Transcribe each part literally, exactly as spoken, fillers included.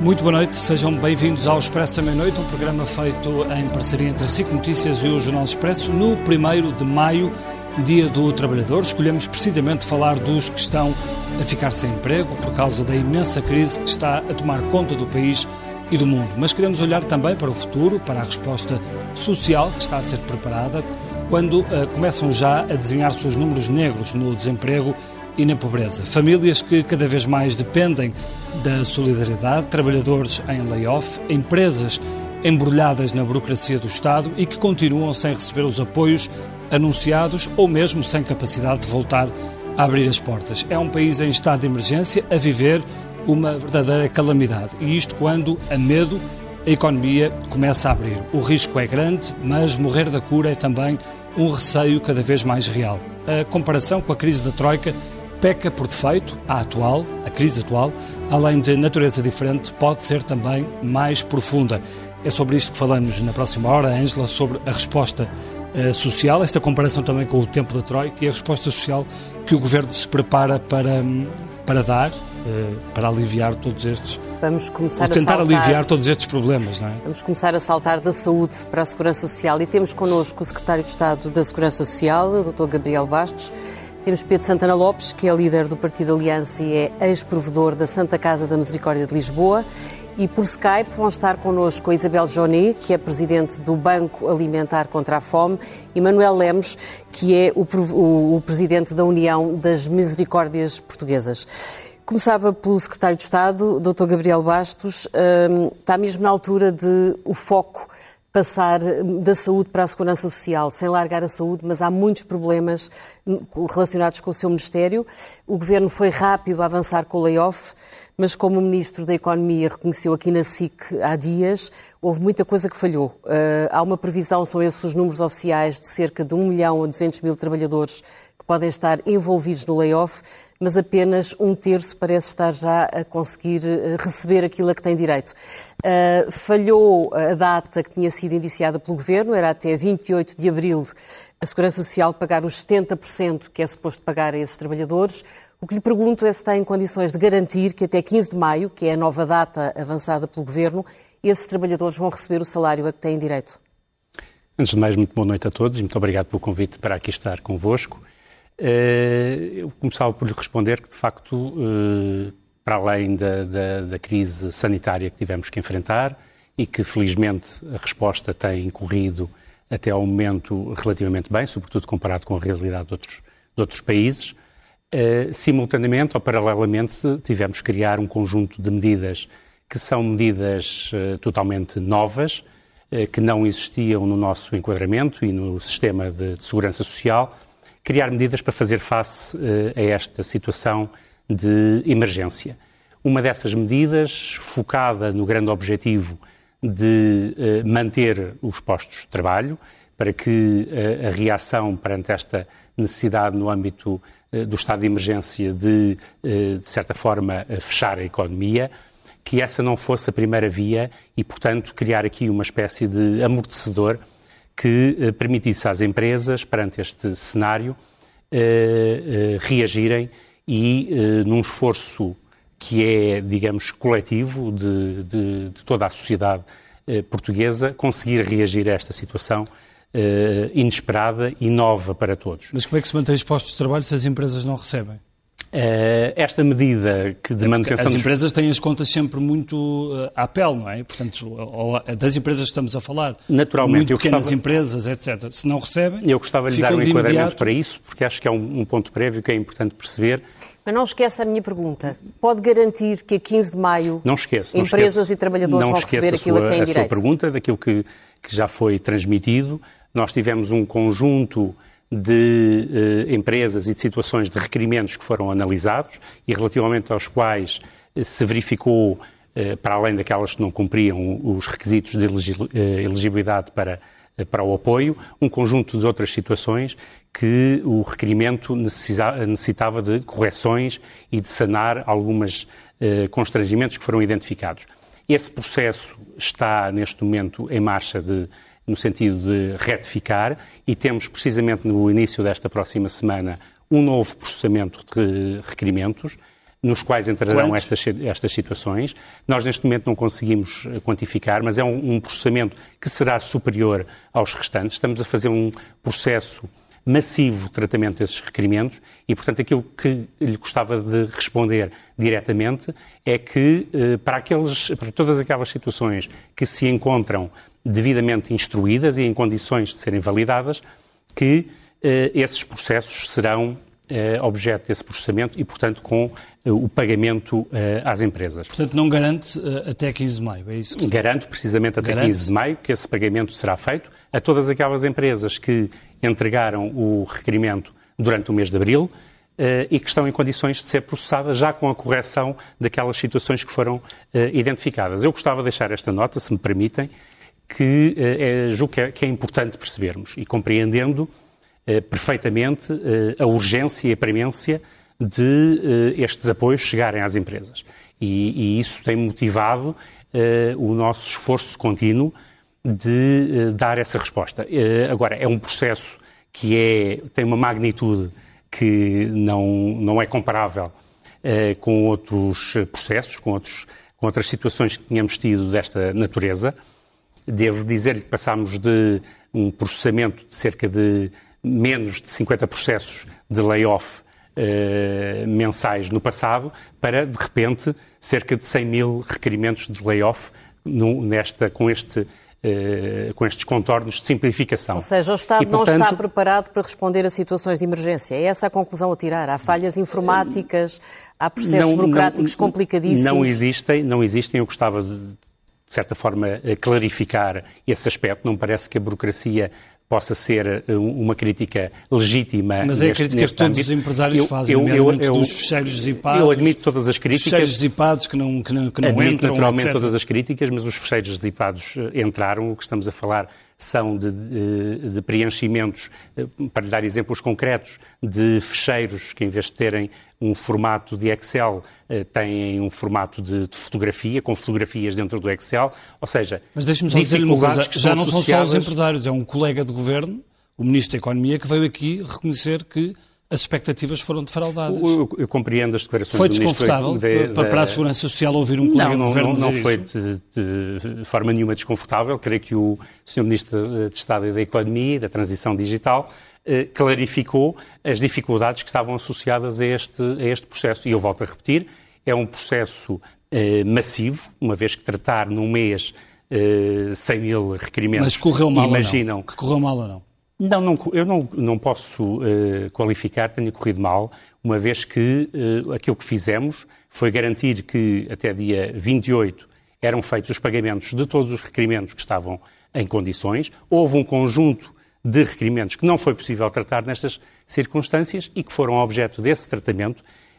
Muito boa noite, sejam bem-vindos ao Expresso da Meia-Noite, um programa feito em parceria entre a S I C Notícias e o Jornal Expresso. No primeiro de maio, Dia do Trabalhador, escolhemos precisamente falar dos que estão a ficar sem emprego por causa da imensa crise que está a tomar conta do país e do mundo. Mas queremos olhar também para o futuro, para a resposta social que está a ser preparada, quando uh, começam já a desenhar-se os números negros no desemprego e na pobreza. Famílias que cada vez mais dependem da solidariedade, trabalhadores em layoff, empresas embrulhadas na burocracia do Estado e que continuam sem receber os apoios anunciados ou mesmo sem capacidade de voltar a abrir as portas. É um país em estado de emergência a viver uma verdadeira calamidade. E isto quando, a medo, a economia começa a abrir. O risco é grande, mas morrer da cura é também um receio cada vez mais real. A comparação com a crise da Troika peca por defeito, a atual, a crise atual, além de natureza diferente, pode ser também mais profunda. É sobre isto que falamos na próxima hora, Ângela, sobre a resposta uh, social, esta comparação também com o tempo da Troika e a resposta social que o Governo se prepara para, para dar, uh, para aliviar todos estes... Vamos começar ou tentar a saltar, aliviar todos estes problemas, não é? Vamos começar a saltar da saúde para a segurança social e temos connosco o Secretário de Estado da Segurança Social, o doutor Gabriel Bastos. Temos Pedro Santana Lopes, que é líder do Partido Aliança e é ex-provedor da Santa Casa da Misericórdia de Lisboa. E por Skype vão estar connosco a Isabel Joné, que é presidente do Banco Alimentar contra a Fome, e Manuel Lemos, que é o, o, o presidente da União das Misericórdias Portuguesas. Começava pelo Secretário de Estado, doutor Gabriel Bastos. Um, está mesmo na altura de o foco passar da saúde para a segurança social, sem largar a saúde, mas há muitos problemas relacionados com o seu Ministério. O Governo foi rápido a avançar com o layoff, mas como o Ministro da Economia reconheceu aqui na S I C há dias, houve muita coisa que falhou. Uh, há uma previsão, são esses os números oficiais, de cerca de um milhão a duzentos mil trabalhadores que podem estar envolvidos no layoff, mas apenas um terço parece estar já a conseguir receber aquilo a que tem direito. Uh, falhou a data que tinha sido indiciada pelo Governo, era até vinte e oito de abril a Segurança Social pagar os setenta por cento que é suposto pagar a esses trabalhadores. O que lhe pergunto é se está em condições de garantir que até quinze de maio, que é a nova data avançada pelo Governo, esses trabalhadores vão receber o salário a que têm direito. Antes de mais, muito boa noite a todos e muito obrigado pelo convite para aqui estar convosco. Eu começava por lhe responder que, de facto, para além da, da, da crise sanitária que tivemos que enfrentar e que, felizmente, a resposta tem corrido até ao momento relativamente bem, sobretudo comparado com a realidade de outros, de outros países, simultaneamente ou paralelamente tivemos que criar um conjunto de medidas que são medidas totalmente novas, que não existiam no nosso enquadramento e no sistema de, de segurança social, criar medidas para fazer face uh, a esta situação de emergência. Uma dessas medidas, focada no grande objetivo de uh, manter os postos de trabalho, para que uh, a reação perante esta necessidade no âmbito uh, do estado de emergência de, uh, de certa forma, uh, fechar a economia, que essa não fosse a primeira via e, portanto, criar aqui uma espécie de amortecedor que eh, permitisse às empresas, perante este cenário, eh, eh, reagirem e, eh, num esforço que é, digamos, coletivo de, de, de toda a sociedade eh, portuguesa, conseguir reagir a esta situação eh, inesperada e nova para todos. Mas como é que se mantém os postos de trabalho se as empresas não recebem? Uh, esta medida que de manutenção... As empresas têm as contas sempre muito uh, à pele, não é? Portanto, ou, ou, das empresas que estamos a falar, naturalmente, muito eu pequenas gostava, empresas, etcétera. Se não recebem, eu gostava de lhe dar um de enquadramento imediato... para isso, porque acho que é um, um ponto prévio que é importante perceber. Mas não esqueça a minha pergunta. Pode garantir que a quinze de maio não esqueço, empresas não esqueço, e trabalhadores não vão receber aquilo a que têm a direito? Não esqueço a sua pergunta, daquilo que, que já foi transmitido. Nós tivemos um conjunto de eh, empresas e de situações de requerimentos que foram analisados e relativamente aos quais eh, se verificou, eh, para além daquelas que não cumpriam os requisitos de elegibilidade para, eh, para o apoio, um conjunto de outras situações que o requerimento necessitava, necessitava de correções e de sanar alguns eh, constrangimentos que foram identificados. Esse processo está, neste momento, em marcha de no sentido de retificar, e temos precisamente no início desta próxima semana um novo processamento de requerimentos, nos quais entrarão estas, estas situações. Nós, neste momento, não conseguimos quantificar, mas é um, um processamento que será superior aos restantes. Estamos a fazer um processo massivo de tratamento desses requerimentos e, portanto, aquilo que lhe gostava de responder diretamente é que para, aqueles, para todas aquelas situações que se encontram devidamente instruídas e em condições de serem validadas, que eh, esses processos serão eh, objeto desse processamento e, portanto, com eh, o pagamento eh, às empresas. Portanto, não garante uh, até quinze de maio, é isso? Que... Garanto, precisamente até garante? quinze de maio, que esse pagamento será feito a todas aquelas empresas que entregaram o requerimento durante o mês de abril uh, e que estão em condições de ser processadas já com a correção daquelas situações que foram uh, identificadas. Eu gostava de deixar esta nota, se me permitem, que uh, é, julgo que é, que é importante percebermos e compreendendo uh, perfeitamente uh, a urgência e a premência de uh, estes apoios chegarem às empresas. E, e isso tem motivado uh, o nosso esforço contínuo de uh, dar essa resposta. Uh, agora, é um processo que é, tem uma magnitude que não, não é comparável uh, com outros processos, com, outros, com outras situações que tínhamos tido desta natureza. Devo dizer-lhe que passámos de um processamento de cerca de menos de cinquenta processos de layoff uh, mensais no passado para, de repente, cerca de cem mil requerimentos de layoff no, nesta, com este Uh, com estes contornos de simplificação. Ou seja, o Estado e, portanto, não está preparado para responder a situações de emergência. É essa a conclusão a tirar? Há falhas informáticas, há processos não, burocráticos não, complicadíssimos? Não existem, não existem. Eu gostava de, de certa forma, clarificar esse aspecto. Não me parece que a burocracia possa ser uma crítica legítima. Mas é neste, a crítica que todos âmbito. os empresários eu, fazem, eu, nomeadamente eu, eu, dos fecheiros zipados. Eu admito todas as críticas. Os fecheiros zipados que não, que não, que não admito entram, naturalmente etcétera. Todas as críticas, mas os fecheiros zipados entraram. O que estamos a falar são de, de, de preenchimentos, para lhe dar exemplos concretos, de fecheiros que, em vez de terem um formato de Excel, têm um formato de, de fotografia, com fotografias dentro do Excel, ou seja... Mas deixe-me só dizer-lhe uma coisa, já não são só os empresários, é um colega de governo, o Ministro da Economia, que veio aqui reconhecer que as expectativas foram defraudadas. Eu, eu, eu compreendo as declarações foi do Ministro. Foi desconfortável de, para, para a Segurança Social ouvir um colega não, de governo não, não dizer foi isso? de, de forma nenhuma desconfortável. Creio que o senhor Ministro de Estado e da Economia e da Transição Digital eh, clarificou as dificuldades que estavam associadas a este, a este processo. E eu volto a repetir, é um processo eh, massivo, uma vez que tratar num mês eh, cem mil requerimentos. Mas correu mal imaginam, ou não? Que correu mal ou não? Não, não, eu não, não posso uh, qualificar que tenha corrido mal, uma vez que uh, aquilo que fizemos foi garantir que até dia vinte e oito eram feitos os pagamentos de todos os requerimentos que estavam em condições. Houve um conjunto de requerimentos que não foi possível tratar nestas circunstâncias e que foram objeto desse tratamento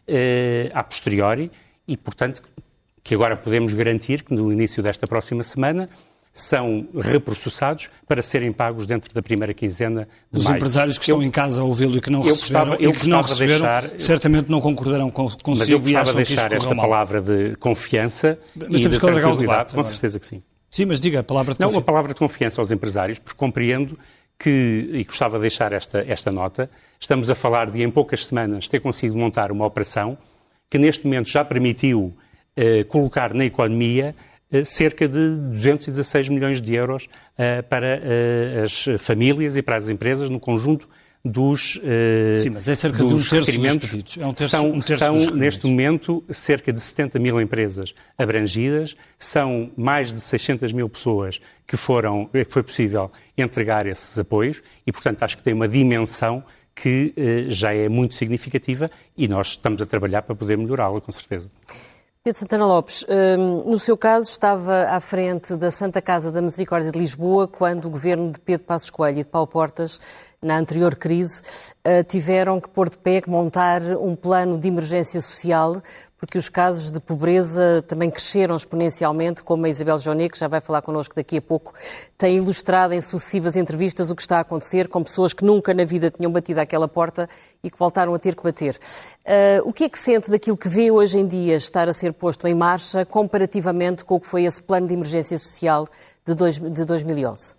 uh, a posteriori e, portanto, que agora podemos garantir que no início desta próxima semana são reprocessados para serem pagos dentro da primeira quinzena de Os maio. empresários que eu, estão em casa a ouvi-lo e que não eu receberam, gostava, eu e que não receberam deixar, certamente não concordarão com, consigo mas eu gostava de deixar esta mal. palavra de confiança mas e temos de que alargar o tranquilidade, debate, com agora. certeza que sim. Sim, mas diga a palavra de não, confiança. Não, uma palavra de confiança aos empresários, porque compreendo que, e gostava de deixar esta, esta nota, estamos a falar de, em poucas semanas, ter conseguido montar uma operação que neste momento já permitiu eh, colocar na economia cerca de duzentos e dezasseis milhões de euros uh, para uh, as famílias e para as empresas no conjunto dos uh, Sim, mas é cerca de um terço dos pedidos. É um terço, são, um terço são dos neste momento, cerca de setenta mil empresas abrangidas, são mais de seiscentas mil pessoas que, foram, que foi possível entregar esses apoios e, portanto, acho que tem uma dimensão que uh, já é muito significativa e nós estamos a trabalhar para poder melhorá-la, com certeza. Pedro Santana Lopes, no seu caso estava à frente da Santa Casa da Misericórdia de Lisboa quando o governo de Pedro Passos Coelho e de Paulo Portas, na anterior crise, tiveram que pôr de pé, que montar um plano de emergência social, porque os casos de pobreza também cresceram exponencialmente, como a Isabel Jonet, que já vai falar connosco daqui a pouco, tem ilustrado em sucessivas entrevistas o que está a acontecer com pessoas que nunca na vida tinham batido àquela porta e que voltaram a ter que bater. Uh, o que é que sente daquilo que vê hoje em dia estar a ser posto em marcha comparativamente com o que foi esse plano de emergência social de, dois, de dois mil e onze?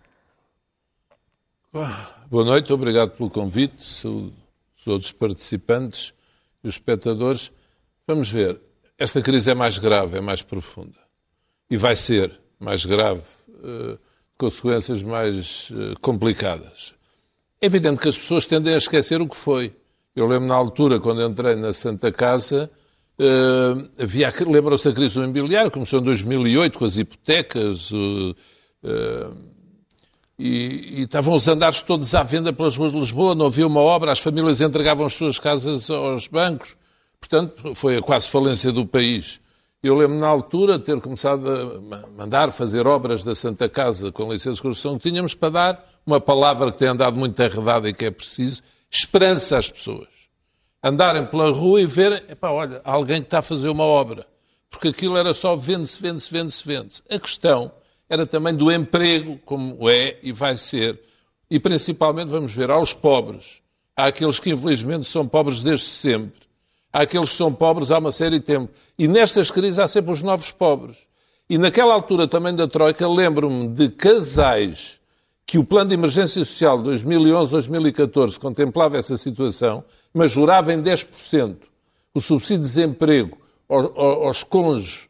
Boa noite, obrigado pelo convite, os outros participantes e os espectadores. Vamos ver. Esta crise é mais grave, é mais profunda. E vai ser mais grave, uh, consequências mais uh, complicadas. É evidente que as pessoas tendem a esquecer o que foi. Eu lembro na altura, quando entrei na Santa Casa, uh, havia, lembram-se da crise do imobiliário, começou em dois mil e oito com as hipotecas, uh, uh, e, e estavam os andares todos à venda pelas ruas de Lisboa, não havia uma obra, as famílias entregavam as suas casas aos bancos. Portanto, foi a quase falência do país. Eu lembro na altura de ter começado a mandar fazer obras da Santa Casa com licença de construção, que tínhamos para dar uma palavra que tem andado muito arredada e que é preciso, esperança às pessoas. Andarem pela rua e verem, epá, olha, há alguém que está a fazer uma obra. Porque aquilo era só vende-se, vende-se, vende-se, vende-se. A questão era também do emprego, como é e vai ser. E principalmente, vamos ver, aos pobres. Há aqueles que infelizmente são pobres desde sempre. Há aqueles que são pobres há uma série de tempo. E nestas crises há sempre os novos pobres. E naquela altura também da Troika, lembro-me de casais que o Plano de Emergência Social de dois mil e onze, dois mil e catorze contemplava essa situação, mas jurava em dez por cento o subsídio de desemprego aos cônjuges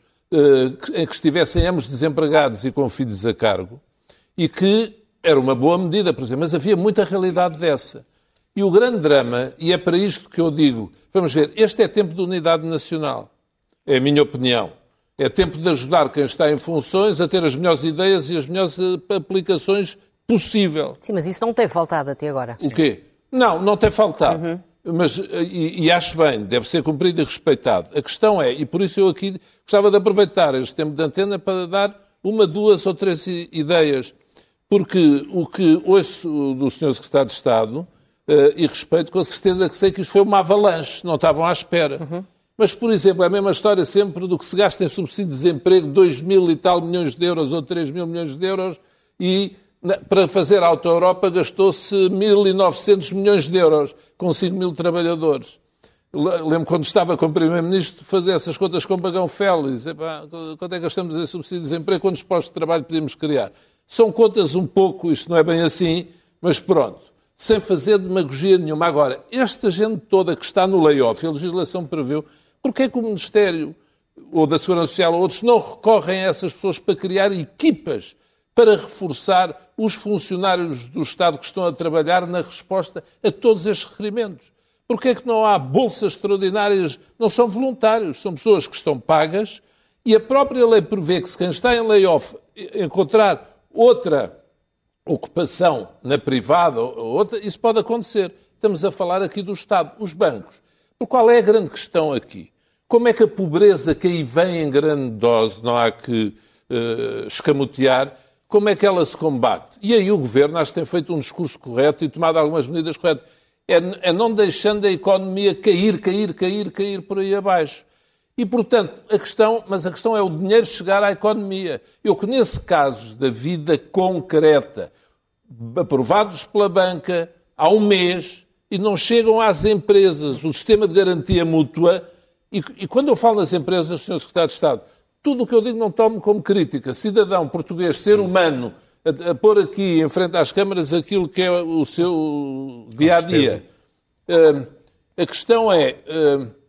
em que estivessem ambos desempregados e com filhos a cargo, e que era uma boa medida, por exemplo, mas havia muita realidade dessa. E o grande drama, e é para isto que eu digo, vamos ver, este é tempo de unidade nacional, é a minha opinião. É tempo de ajudar quem está em funções a ter as melhores ideias e as melhores aplicações possível. Sim, mas isso não tem faltado até agora. O quê? Não, não tem faltado. Uhum. Mas, e, e acho bem, deve ser cumprido e respeitado. A questão é, e por isso eu aqui gostava de aproveitar este tempo de antena para dar uma, duas ou três ideias. Porque o que ouço do senhor Secretário de Estado, Uh, e respeito, com certeza que sei que isto foi uma avalanche, não estavam à espera. Uhum. Mas, por exemplo, é a mesma história sempre do que se gasta em subsídio de desemprego, dois mil e tal milhões de euros ou três mil milhões de euros, e na, para fazer a Auto Europa gastou-se mil e novecentos milhões de euros, com cinco mil trabalhadores. Lembro quando estava como Primeiro-Ministro de fazer essas contas com Pagão Félix. Epá, quanto é que gastamos em subsídio de desemprego? Quantos postos de trabalho podemos criar? São contas um pouco, isto não é bem assim, mas pronto. Sem fazer demagogia nenhuma. Agora, esta gente toda que está no layoff, a legislação preveu, porque é que o Ministério ou da Segurança Social ou outros não recorrem a essas pessoas para criar equipas para reforçar os funcionários do Estado que estão a trabalhar na resposta a todos estes requerimentos? Porque é que não há bolsas extraordinárias? Não são voluntários, são pessoas que estão pagas e a própria lei prevê que se quem está em layoff encontrar outra ocupação na privada ou outra, isso pode acontecer. Estamos a falar aqui do Estado, os bancos. Por qual é a grande questão aqui? Como é que a pobreza que aí vem em grande dose, não há que uh, escamotear, como é que ela se combate? E aí o Governo, acho que tem feito um discurso correto e tomado algumas medidas corretas. É, é não deixando a economia cair, cair, cair, cair por aí abaixo. E, portanto, a questão, mas a questão é o dinheiro chegar à economia. Eu conheço casos da vida concreta, aprovados pela banca há um mês, e não chegam às empresas. O sistema de garantia mútua, e, e quando eu falo nas empresas, senhor Secretário de Estado, tudo o que eu digo não tomo como crítica. Cidadão português, ser humano, a, a pôr aqui em frente às câmaras aquilo que é o seu dia-a-dia. Uh, a questão é... Uh,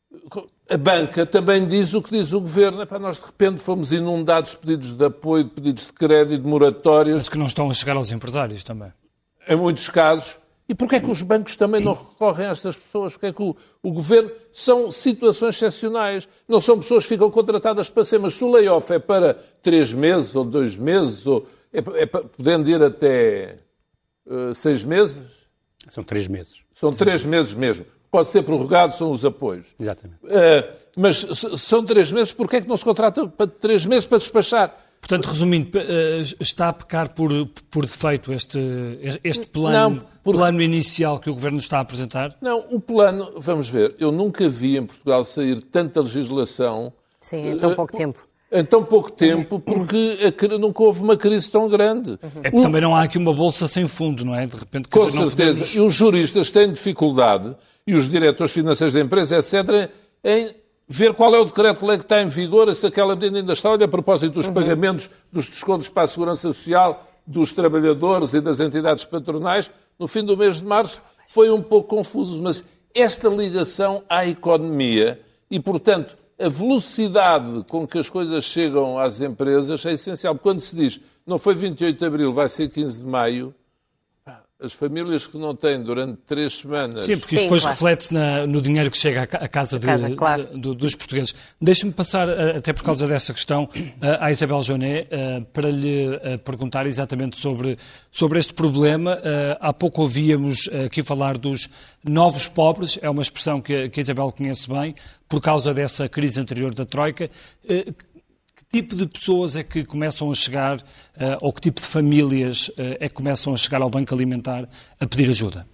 A banca também diz o que diz o Governo. Epá, nós, de repente, fomos inundados de pedidos de apoio, de pedidos de crédito, de moratórias. Mas que não estão a chegar aos empresários também. Em muitos casos. E porquê é que os bancos também não recorrem a estas pessoas? Porquê é que o, o Governo... São situações excepcionais. Não são pessoas que ficam contratadas para ser, mas se o layoff é para três meses ou dois meses, ou é, é, podendo ir até uh, seis meses... São três meses. São três meses mesmo. Pode ser prorrogado, são os apoios. Exatamente. Uh, mas são três meses, porquê é que não se contrata para três meses para despachar? Portanto, resumindo, está a pecar por, por defeito este, este plano, não, por... plano inicial que o Governo está a apresentar? Não, o plano, vamos ver, eu nunca vi em Portugal sair tanta legislação... Sim, em tão pouco uh, tempo. Em tão pouco tempo, porque a, nunca houve uma crise tão grande. É porque o... também não há aqui uma bolsa sem fundo, não é? De repente, com dizer, certeza. Não podemos... E os juristas têm dificuldade, e os diretores financeiros da empresa, etcétera, em ver qual é o decreto-lei que está em vigor, se aquela medida ainda está. Olha, a propósito dos uhum. pagamentos, dos descontos para a Segurança Social, dos trabalhadores e das entidades patronais, no fim do mês de março foi um pouco confuso, mas esta ligação à economia E, portanto, a velocidade com que as coisas chegam às empresas é essencial. Quando se diz não foi vinte e oito de abril, vai ser quinze de maio, as famílias que não têm durante três semanas... Sim, porque isso depois claro. reflete-se no dinheiro que chega à casa, de, casa claro. de, de, dos portugueses. Deixe-me passar, até por causa dessa questão, à Isabel Joné, para lhe perguntar exatamente sobre, sobre este problema. Há pouco ouvíamos aqui falar dos novos pobres, é uma expressão que, que a Isabel conhece bem, por causa dessa crise anterior da Troika. Que tipo de pessoas é que começam a chegar, uh, ou que tipo de famílias uh, é que começam a chegar ao Banco Alimentar a pedir ajuda?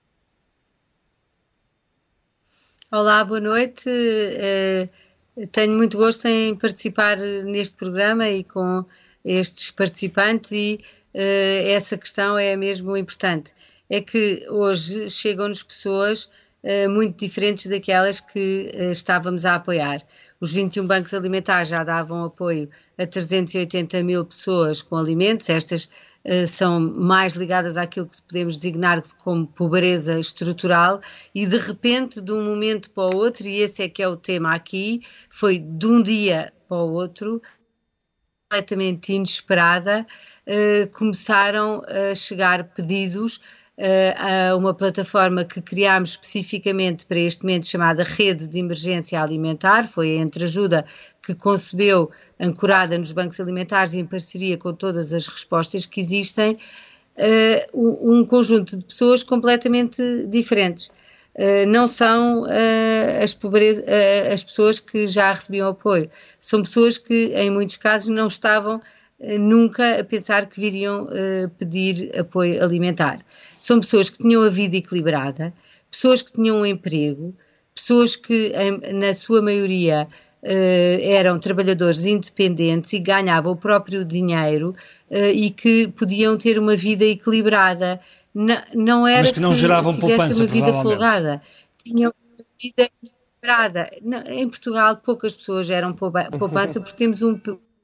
Olá, boa noite. Uh, tenho muito gosto em participar neste programa e com estes participantes e uh, essa questão é mesmo importante. É que hoje chegam-nos pessoas uh, muito diferentes daquelas que uh, estávamos a apoiar. Os vinte e um bancos alimentares já davam apoio a trezentos e oitenta mil pessoas com alimentos. Estas uh, são mais ligadas àquilo que podemos designar como pobreza estrutural e, de repente, de um momento para o outro, e esse é que é o tema aqui, foi de um dia para o outro, completamente inesperada, uh, começaram a chegar pedidos a uma plataforma que criámos especificamente para este momento chamada Rede de Emergência Alimentar. Foi a Entreajuda que concebeu, ancorada nos bancos alimentares e em parceria com todas as respostas que existem, um conjunto de pessoas completamente diferentes. Não são as, pobreza, as pessoas que já recebiam apoio, são pessoas que em muitos casos não estavam nunca a pensar que viriam uh, pedir apoio alimentar. São pessoas que tinham a vida equilibrada, pessoas que tinham um emprego, pessoas que, em, na sua maioria, uh, eram trabalhadores independentes e ganhavam o próprio dinheiro uh, e que podiam ter uma vida equilibrada. Não, não era Mas que não que geravam poupança, uma vida folgada. Tinham uma vida equilibrada. Não, em Portugal, poucas pessoas geram poupança porque temos um...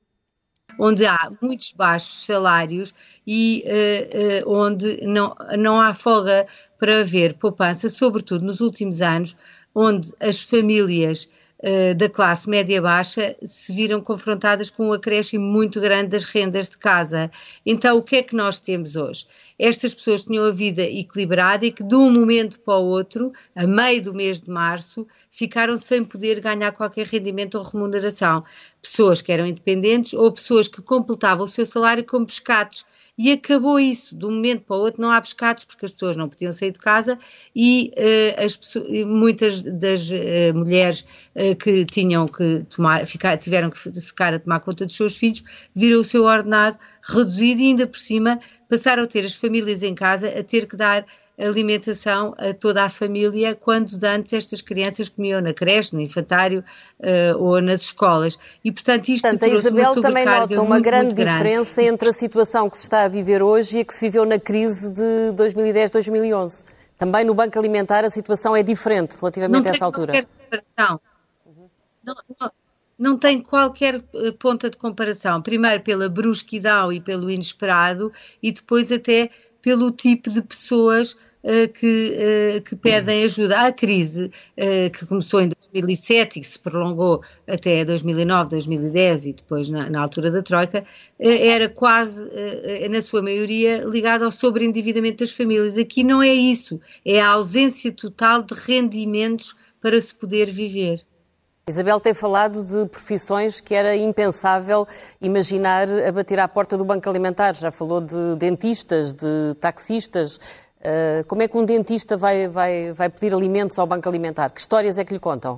onde há muitos baixos salários e uh, uh, onde não, não há folga para haver poupança, sobretudo nos últimos anos, onde as famílias uh, da classe média-baixa se viram confrontadas com um acréscimo muito grande das rendas de casa. Então, o que é que nós temos hoje? Estas pessoas tinham a vida equilibrada e que de um momento para o outro, a meio do mês de março, ficaram sem poder ganhar qualquer rendimento ou remuneração. Pessoas que eram independentes ou pessoas que completavam o seu salário com pescados. E acabou isso, de um momento para o outro não há pescados porque as pessoas não podiam sair de casa e uh, as pessoas, muitas das uh, mulheres uh, que tinham que tomar, ficar, tiveram que ficar a tomar conta dos seus filhos, viram o seu ordenado reduzido e ainda por cima passaram a ter as famílias em casa a ter que dar alimentação a toda a família, quando antes estas crianças comiam na creche, no infantário uh, ou nas escolas. E, portanto, isto portanto, trouxe a Isabel uma também nota uma muito, grande muito grande diferença entre a situação que se está a viver hoje e a que se viveu na crise de dois mil e dez, dois mil e onze. Também no Banco Alimentar a situação é diferente relativamente não a essa altura. Não tem qualquer comparação. Uhum. Não, não, não tem qualquer ponta de comparação. Primeiro pela brusquidão e pelo inesperado e depois até pelo tipo de pessoas uh, que, uh, que pedem ajuda. A crise uh, que começou em dois mil e sete e que se prolongou até dois mil e nove, dois mil e dez e depois na, na altura da Troika, uh, era quase, uh, na sua maioria, ligada ao sobreendividamento das famílias. Aqui não é isso, é a ausência total de rendimentos para se poder viver. Isabel tem falado de profissões que era impensável imaginar a bater à porta do Banco Alimentar. Já falou de dentistas, de taxistas. Uh, como é que um dentista vai, vai, vai pedir alimentos ao Banco Alimentar? Que histórias é que lhe contam?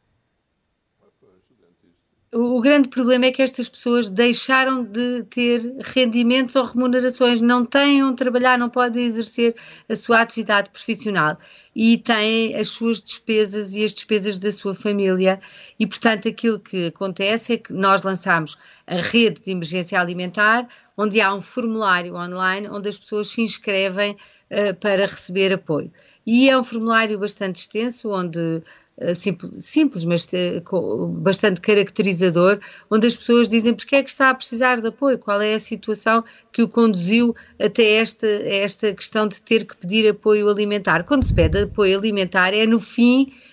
O grande problema é que estas pessoas deixaram de ter rendimentos ou remunerações, não têm onde trabalhar, não podem exercer a sua atividade profissional e têm as suas despesas e as despesas da sua família e, portanto, aquilo que acontece é que nós lançamos a Rede de Emergência Alimentar, onde há um formulário online onde as pessoas se inscrevem uh, para receber apoio. E é um formulário bastante extenso, onde... Simples, simples, mas bastante caracterizador, onde as pessoas dizem porque é que está a precisar de apoio, qual é a situação que o conduziu até esta, esta questão de ter que pedir apoio alimentar. Quando se pede apoio alimentar é no fim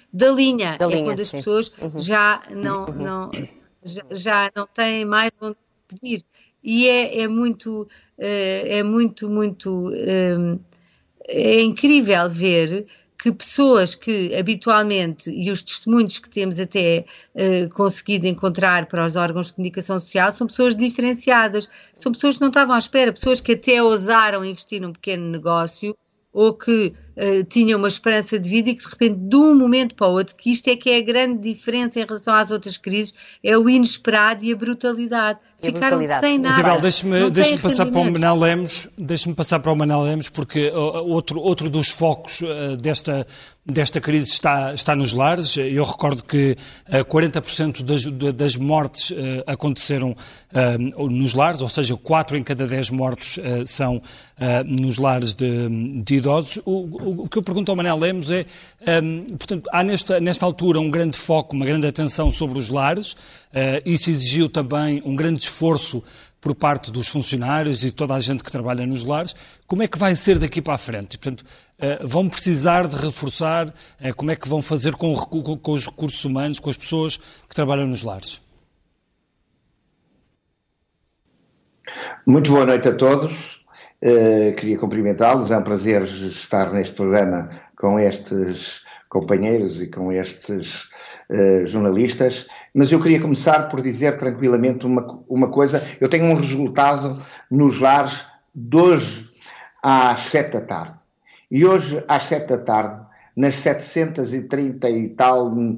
da linha. Da é linha, quando as sim. pessoas Uhum. já, não, Uhum. não, já, já não têm mais onde pedir. E é, é muito, é muito, muito, é incrível ver que pessoas que habitualmente, e os testemunhos que temos até eh, conseguido encontrar para os órgãos de comunicação social, são pessoas diferenciadas, são pessoas que não estavam à espera, pessoas que até ousaram investir num pequeno negócio ou que uh, tinham uma esperança de vida e que de repente, de um momento para o outro, que isto é que é a grande diferença em relação às outras crises, é o inesperado e a brutalidade. E a Ficaram brutalidade. sem nada. Isabel, deixe-me deixe passar para o rendimentos. Manel Lemos, deixe-me passar para o Manel Lemos, porque uh, outro, outro dos focos uh, desta, desta crise está, está nos lares. Eu recordo que uh, quarenta por cento das, das mortes uh, aconteceram uh, nos lares, ou seja, quatro em cada dez mortos uh, são uh, nos lares de, de idosos. O, o, o que eu pergunto ao Manel Lemos é, um, portanto, há nesta, nesta altura um grande foco, uma grande atenção sobre os lares. Uh, isso exigiu também um grande esforço por parte dos funcionários e de toda a gente que trabalha nos lares. Como é que vai ser daqui para a frente? Portanto, uh, vão precisar de reforçar, uh, como é que vão fazer com, o, com, com os recursos humanos, com as pessoas que trabalham nos lares? Muito boa noite a todos. Uh, queria cumprimentá-los. É um prazer estar neste programa com estes companheiros e com estes uh, jornalistas. Mas eu queria começar por dizer tranquilamente uma, uma coisa. Eu tenho um resultado nos lares de hoje às sete da tarde. E hoje às sete da tarde, nas setecentas e trinta e tal uh,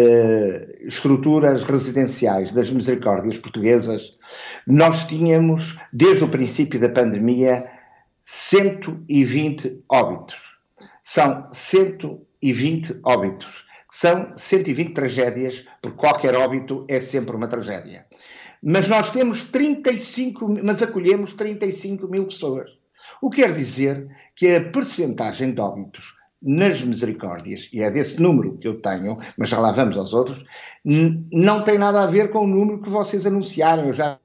estruturas residenciais das Misericórdias Portuguesas, nós tínhamos, desde o princípio da pandemia, cento e vinte óbitos. São cento e vinte óbitos. São cento e vinte tragédias, porque qualquer óbito é sempre uma tragédia. Mas nós temos trinta e cinco, mas acolhemos trinta e cinco mil pessoas. O que quer dizer que a percentagem de óbitos nas Misericórdias, e é desse número que eu tenho, mas já lá vamos aos outros, não tem nada a ver com o número que vocês anunciaram, eu já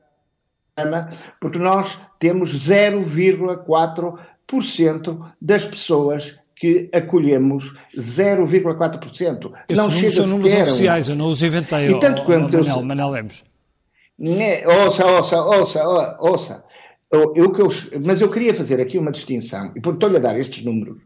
porque nós temos zero vírgula quatro por cento das pessoas que acolhemos, zero vírgula quatro por cento. Esses não números são números sequer oficiais, eu não os inventei, e tanto oh, quanto oh, Manel, eu... Manel Lemos. Né, ouça, ouça, ouça, ouça. Eu, eu, eu, mas eu queria fazer aqui uma distinção, e estou-lhe a dar estes números,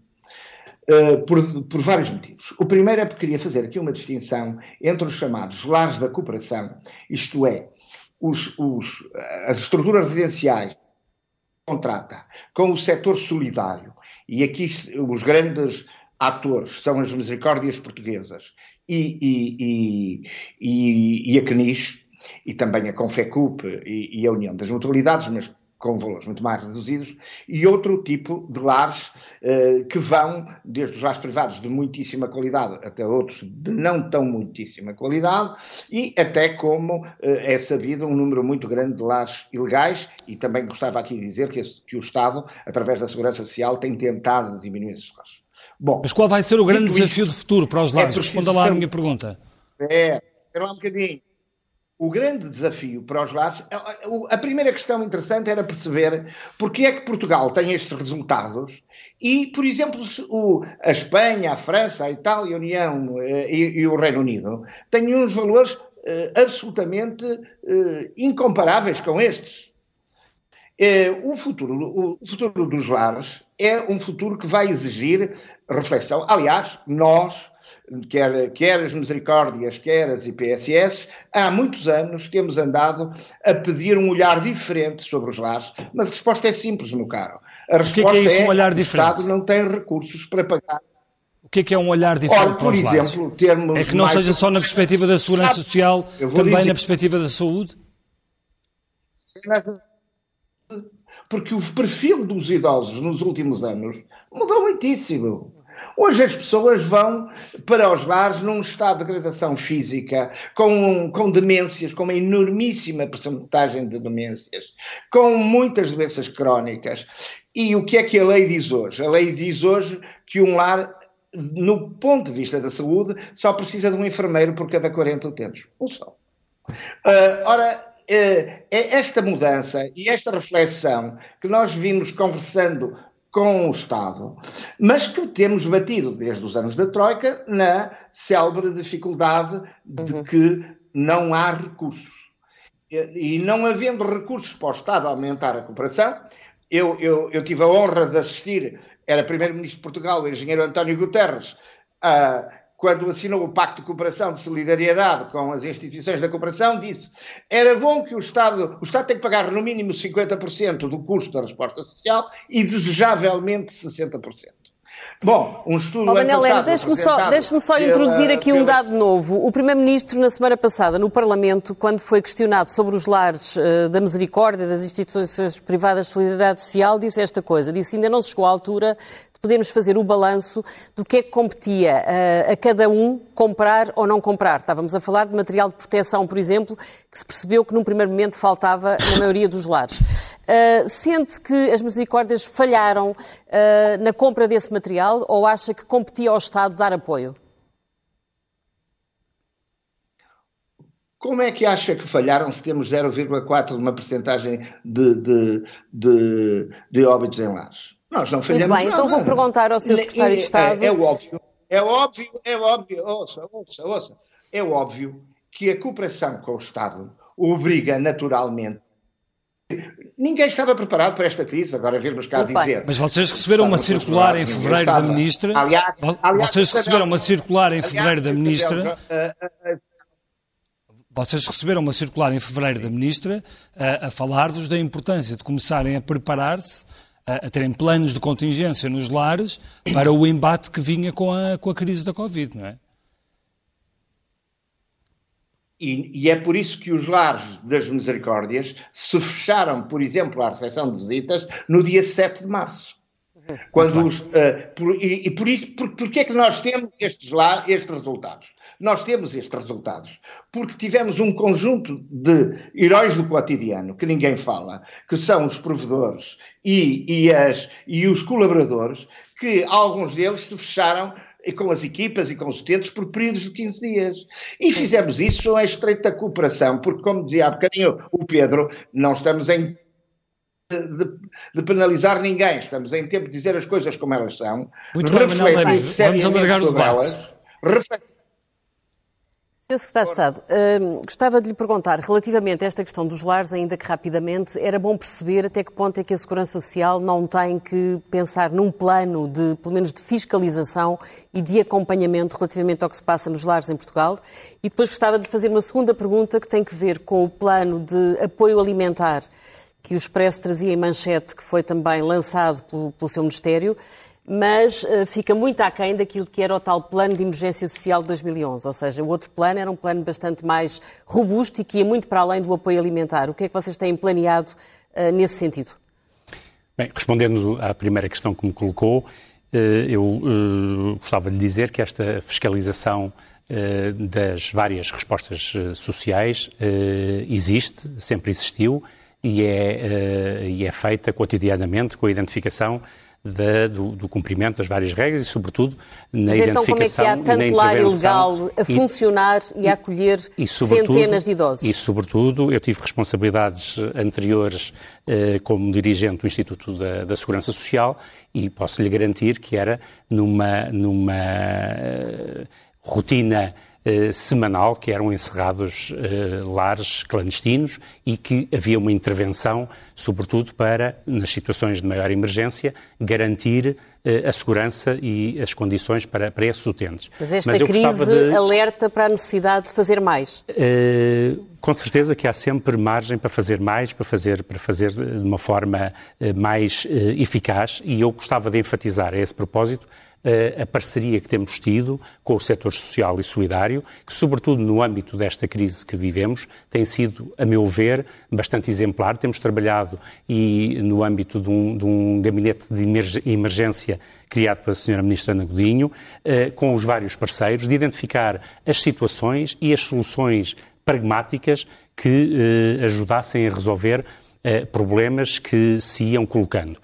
Uh, por, por vários motivos. O primeiro é porque queria fazer aqui uma distinção entre os chamados lares da cooperação, isto é, os, os, as estruturas residenciais que contrata com o setor solidário, e aqui os grandes atores são as Misericórdias Portuguesas e, e, e, e, e a CNIS, e também a Confecup e, e a União das Mutualidades, mas com valores muito mais reduzidos, e outro tipo de lares eh, que vão, desde os lares privados de muitíssima qualidade até outros de não tão muitíssima qualidade, e até como eh, é sabido um número muito grande de lares ilegais, e também gostava aqui de dizer que, esse, que o Estado, através da Segurança Social, tem tentado diminuir esses casos. Bom, mas qual vai ser o grande desafio isso, de futuro para os lares? É Responda lá a minha pergunta. É, espera lá um bocadinho. O grande desafio para os lares, a primeira questão interessante era perceber porque é que Portugal tem estes resultados e, por exemplo, o, a Espanha, a França, a Itália, a União e, e o Reino Unido têm uns valores uh, absolutamente uh, incomparáveis com estes. Uh, o, futuro, o futuro dos lares é um futuro que vai exigir reflexão. Aliás, nós... Quer, quer as Misericórdias, quer as I P S S, há muitos anos temos andado a pedir um olhar diferente sobre os lares, mas a resposta é simples, meu caro. A resposta o que é, que é isso, é um olhar que diferente? o Estado não tem recursos para pagar. O que é que é um olhar diferente Olha, para os por exemplo, lares? termos É que não mais... seja só na perspectiva da segurança social, também dizer... na perspectiva da saúde? Porque o perfil dos idosos nos últimos anos mudou muitíssimo. Hoje as pessoas vão para os lares num estado de degradação física, com, com demências, com uma enormíssima percentagem de demências, com muitas doenças crónicas. E o que é que a lei diz hoje? A lei diz hoje que um lar, no ponto de vista da saúde, só precisa de um enfermeiro por cada quarenta utentes. Um só. Uh, ora, uh, é esta mudança e esta reflexão que nós vimos conversando com o Estado, mas que temos batido desde os anos da Troika na célebre dificuldade de uhum. que não há recursos. E, e não havendo recursos para o Estado aumentar a cooperação, eu, eu, eu tive a honra de assistir, era primeiro-ministro de Portugal, o engenheiro António Guterres, a quando assinou o Pacto de Cooperação de Solidariedade com as instituições da cooperação, disse era bom que o Estado, o Estado tem que pagar no mínimo cinquenta por cento do custo da resposta social e desejavelmente sessenta por cento. Bom, um estudo... Oh, Manel Lemos, deixe-me só, deixe-me só pela, introduzir aqui pela... um dado novo. O Primeiro-Ministro, na semana passada, no Parlamento, quando foi questionado sobre os lares uh, da misericórdia, das instituições privadas de solidariedade social, disse esta coisa, disse ainda não se chegou à altura de podermos fazer o balanço do que é que competia uh, a cada um comprar ou não comprar. Estávamos a falar de material de proteção, por exemplo, que se percebeu que num primeiro momento faltava na maioria dos lares. Uh, sente que as misericórdias falharam uh, na compra desse material ou acha que competia ao Estado dar apoio? Como é que acha que falharam se temos zero vírgula quatro de uma percentagem de, de, de, de óbitos em lares? Nós não falhamos. Muito bem, nada. Então vou perguntar ao seu secretário de Estado... É, é, é óbvio, é óbvio, é óbvio, ouça, ouça, ouça, é óbvio que a cooperação com o Estado obriga naturalmente. Ninguém estava preparado para esta crise, agora virmos cá Muito dizer. Bem. Mas vocês receberam uma circular em fevereiro da Ministra. Aliás, aliás, vocês receberam uma circular em fevereiro da Ministra. Vocês receberam uma circular em fevereiro da Ministra a, a falar-vos da importância de começarem a preparar-se, a, a terem planos de contingência nos lares para o embate que vinha com a, com a crise da Covid, não é? E, e é por isso que os lares das misericórdias se fecharam, por exemplo, à recepção de visitas no dia sete de março. Quando os, uh, por, e, e por isso, por, porque é que nós temos estes, lá, estes resultados? Nós temos estes resultados porque tivemos um conjunto de heróis do cotidiano, que ninguém fala, que são os provedores e, e, as, e os colaboradores, que alguns deles se fecharam com as equipas e com os utentes por períodos de quinze dias. E fizemos isso em estreita cooperação, porque, como dizia há bocadinho o Pedro, não estamos em de, de penalizar ninguém, estamos em tempo de dizer as coisas como elas são. Muito bem, Manel Lemos, vamos alargar o debate. Refletir. senhor Secretário de Estado, uh, gostava de lhe perguntar, relativamente a esta questão dos lares, ainda que rapidamente, era bom perceber até que ponto é que a Segurança Social não tem que pensar num plano, de, pelo menos de fiscalização e de acompanhamento relativamente ao que se passa nos lares em Portugal. E depois gostava de lhe fazer uma segunda pergunta que tem que ver com o plano de apoio alimentar que o Expresso trazia em manchete, que foi também lançado pelo, pelo seu Ministério, mas uh, fica muito aquém daquilo que era o tal plano de emergência social de dois mil e onze. Ou seja, o outro plano era um plano bastante mais robusto e que ia muito para além do apoio alimentar. O que é que vocês têm planeado uh, nesse sentido? Bem, respondendo à primeira questão que me colocou, uh, eu uh, gostava de lhe dizer que esta fiscalização uh, das várias respostas uh, sociais uh, existe, sempre existiu, e é, uh, e é feita cotidianamente com a identificação Da, do, do cumprimento das várias regras e, sobretudo, na Mas identificação então como é que há tanto lar ilegal a funcionar e, e a acolher e, centenas de idosos? E, sobretudo, eu tive responsabilidades anteriores eh, como dirigente do Instituto da, da Segurança Social e posso lhe garantir que era numa, numa uh, rotina Uh, semanal, que eram encerrados uh, lares clandestinos e que havia uma intervenção, sobretudo para, nas situações de maior emergência, garantir uh, a segurança e as condições para, para esses utentes. Mas esta Mas crise de... alerta para a necessidade de fazer mais? Uh, com certeza que há sempre margem para fazer mais, para fazer, para fazer de uma forma uh, mais uh, eficaz, e eu gostava de enfatizar a esse propósito a parceria que temos tido com o setor social e solidário, que, sobretudo no âmbito desta crise que vivemos, tem sido, a meu ver, bastante exemplar. Temos trabalhado e no âmbito de um, de um gabinete de emergência criado pela senhora Ministra Ana Godinho, eh, com os vários parceiros, de identificar as situações e as soluções pragmáticas que eh, ajudassem a resolver eh, problemas que se iam colocando.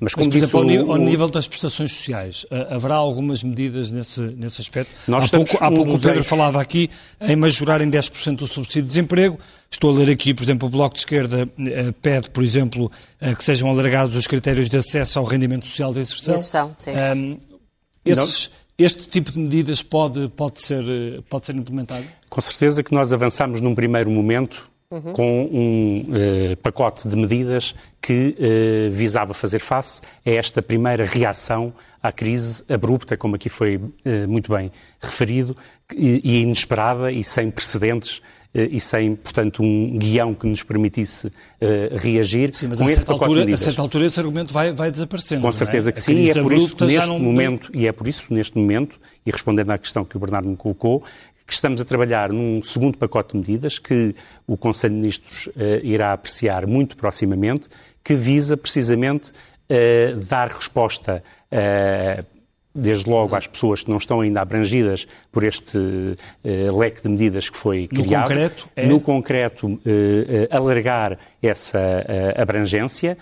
Mas, como Mas por exemplo, ao, nível, ao nível das prestações sociais, haverá algumas medidas nesse, nesse aspecto? Nós há pouco, há pouco um o Pedro eixos. falava aqui em majorar em dez por cento o subsídio de desemprego. Estou a ler aqui, por exemplo, o Bloco de Esquerda eh, pede, por exemplo, eh, que sejam alargados os critérios de acesso ao rendimento social de inserção. inserção sim. Um, esses, este tipo de medidas pode, pode, ser, pode ser implementado? Com certeza que nós avançamos num primeiro momento Uhum. com um uh, pacote de medidas que uh, visava fazer face a esta primeira reação à crise abrupta, como aqui foi uh, muito bem referido, e, e inesperada e sem precedentes uh, e sem, portanto, um guião que nos permitisse uh, reagir. Sim, mas com a, esse certa altura, a certa altura esse argumento vai, vai desaparecendo. Com certeza é? que sim, e é, por isso, neste não... momento, e é por isso, neste momento, e respondendo à questão que o Bernardo me colocou, que estamos a trabalhar num segundo pacote de medidas que o Conselho de Ministros uh, irá apreciar muito proximamente, que visa precisamente uh, dar resposta, uh, desde logo, às pessoas que não estão ainda abrangidas por este uh, leque de medidas que foi criado. No concreto? É... No concreto, uh, uh, alargar essa uh, abrangência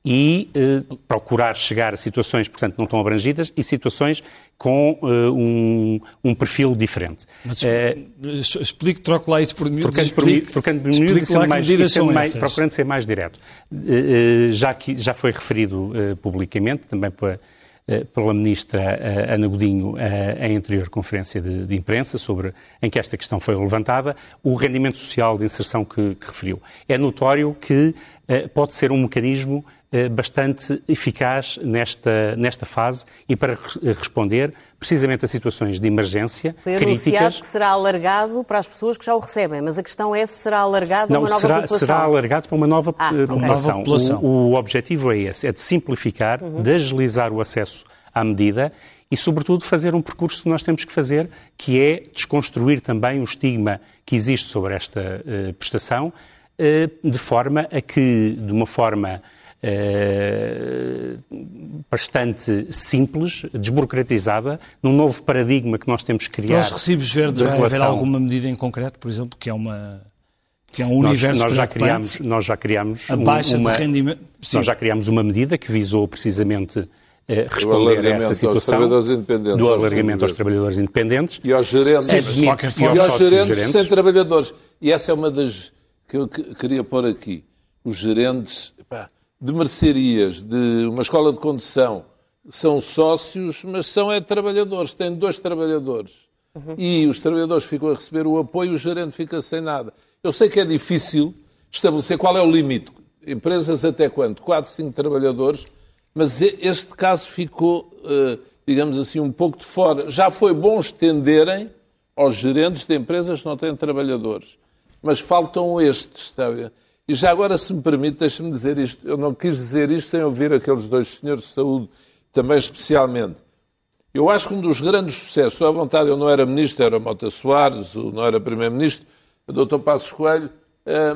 e uh, procurar chegar a situações, portanto, não tão abrangidas e situações com uh, um, um perfil diferente. Mas uh, explique, troque lá isso por miúdos. Trocando por miúdos, trocando por miúdos e sendo mais, e sendo mais, procurando ser mais direto. Uh, uh, já, que, já foi referido uh, publicamente, também pela, uh, pela Ministra uh, Ana Godinho, uh, em anterior conferência de, de imprensa, sobre, em que esta questão foi levantada, o rendimento social de inserção que, que referiu. É notório que uh, pode ser um mecanismo bastante eficaz nesta, nesta fase e para responder precisamente a situações de emergência Foi críticas. Foi anunciado que será alargado para as pessoas que já o recebem, mas a questão é se será alargado Não, a uma nova será, população. será alargado para uma nova, ah, população. Okay. Nova população. O, o objetivo é esse, é de simplificar, uhum. de agilizar o acesso à medida e, sobretudo, fazer um percurso que nós temos que fazer, que é desconstruir também o estigma que existe sobre esta uh, prestação, uh, de forma a que, de uma forma Uh, bastante simples, desburocratizada, num novo paradigma que nós temos que criar. Para os recibos verdes vai relação... haver alguma medida em concreto, por exemplo, que é uma que é um nós, universo nós já criamos, nós já criamos a baixa uma, de rendimento. Sim. Nós já criamos uma medida que visou precisamente uh, responder a essa situação do alargamento aos trabalhadores independentes e aos gerentes, Sim, de qualquer forma, e aos gerentes, gerentes sem trabalhadores. E essa é uma das que eu queria pôr aqui. Os gerentes, pá, de mercearias, de uma escola de condução, são sócios, mas são é, trabalhadores, têm dois trabalhadores. Uhum. E os trabalhadores ficam a receber o apoio e o gerente fica sem nada. Eu sei que é difícil estabelecer qual é o limite. Empresas até quanto? quatro, cinco trabalhadores, mas este caso ficou, digamos assim, um pouco de fora. Já foi bom estenderem aos gerentes de empresas que não têm trabalhadores, mas faltam estes, está a ver? E já agora, se me permite, deixe-me dizer isto. Eu não quis dizer isto sem ouvir aqueles dois senhores de saúde, também especialmente. Eu acho que um dos grandes sucessos, estou à vontade, eu não era ministro, era Mota Soares, não era primeiro-ministro, o doutor Passos Coelho. Uh,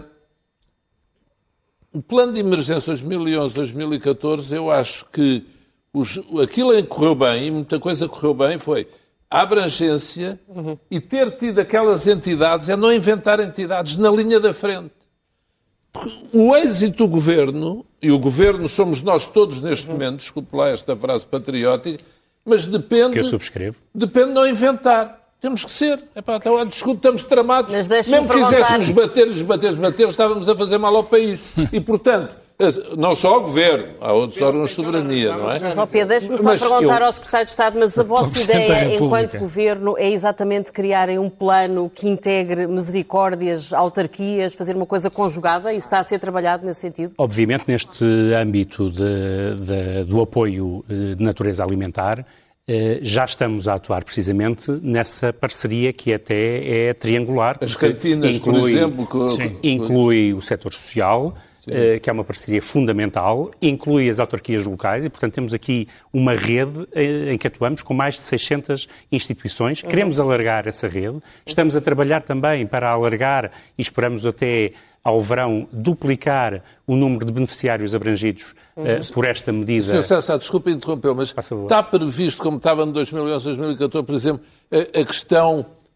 o plano de emergência dois mil e onze a dois mil e catorze, eu acho que os, aquilo em que correu bem, e muita coisa correu bem, foi a abrangência uhum. e ter tido aquelas entidades, é não inventar entidades na linha da frente. O êxito do governo, e o governo somos nós todos neste momento, desculpe lá esta frase patriótica, mas depende... Que eu subscrevo. Depende de não inventar. Temos que ser. Epá, então, desculpe, estamos tramados. Mas mesmo que quiséssemos bater, bater, bater, estávamos a fazer mal ao país. E, portanto, não só ao governo, há outros órgãos de soberania, não é? Mas, ó Pedro, deixe-me só perguntar eu... ao Secretário de Estado, mas a vossa ideia, enquanto governo, é exatamente criarem um plano que integre misericórdias, autarquias, fazer uma coisa conjugada? Isso está a ser trabalhado nesse sentido? Obviamente, neste âmbito de, de, do apoio de natureza alimentar, já estamos a atuar precisamente nessa parceria que até é triangular. As cantinas, inclui, por exemplo. Que... Inclui o setor social, Sim. que é uma parceria fundamental, inclui as autarquias locais e, portanto, temos aqui uma rede em que atuamos com mais de seiscentas instituições. Uhum. Queremos alargar essa rede. Estamos a trabalhar também para alargar e esperamos até ao verão duplicar o número de beneficiários abrangidos uhum. uh, por esta medida. senhor César, desculpe interrompê-lo, mas está previsto, como estava no dois mil e onze, dois mil e catorze, por exemplo, a, a questão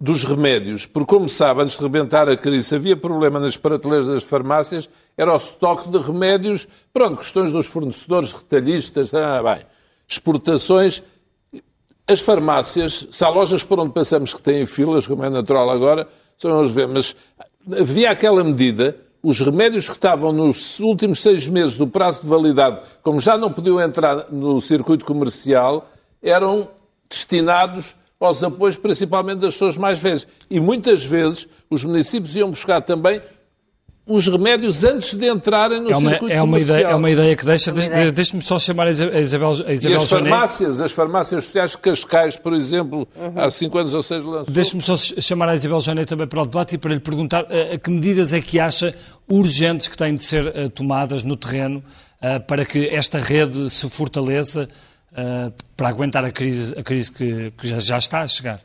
dos remédios, porque, como sabe, antes de rebentar a crise, havia problema nas prateleiras das farmácias, era o estoque de remédios, pronto, questões dos fornecedores, retalhistas, ah, bem, exportações. As farmácias, se há lojas por onde pensamos que têm filas, como é natural agora, só vamos ver, mas havia aquela medida, os remédios que estavam nos últimos seis meses do prazo de validade, como já não podiam entrar no circuito comercial, eram destinados aos apoios principalmente das pessoas mais velhas. E muitas vezes os municípios iam buscar também os remédios antes de entrarem no é uma, circuito é uma comercial. Ideia, é uma ideia que deixa... De, Deixe-me só chamar a Isabel, a Isabel E as Jané. farmácias, as farmácias sociais, Cascais, por exemplo, uhum. há cinco anos ou seis lançou. Deixe-me só chamar a Isabel Jané também para o debate e para lhe perguntar a, a que medidas é que acha urgentes que têm de ser uh, tomadas no terreno uh, para que esta rede se fortaleça uh, para aguentar a crise, a crise que, que já, já está a chegar.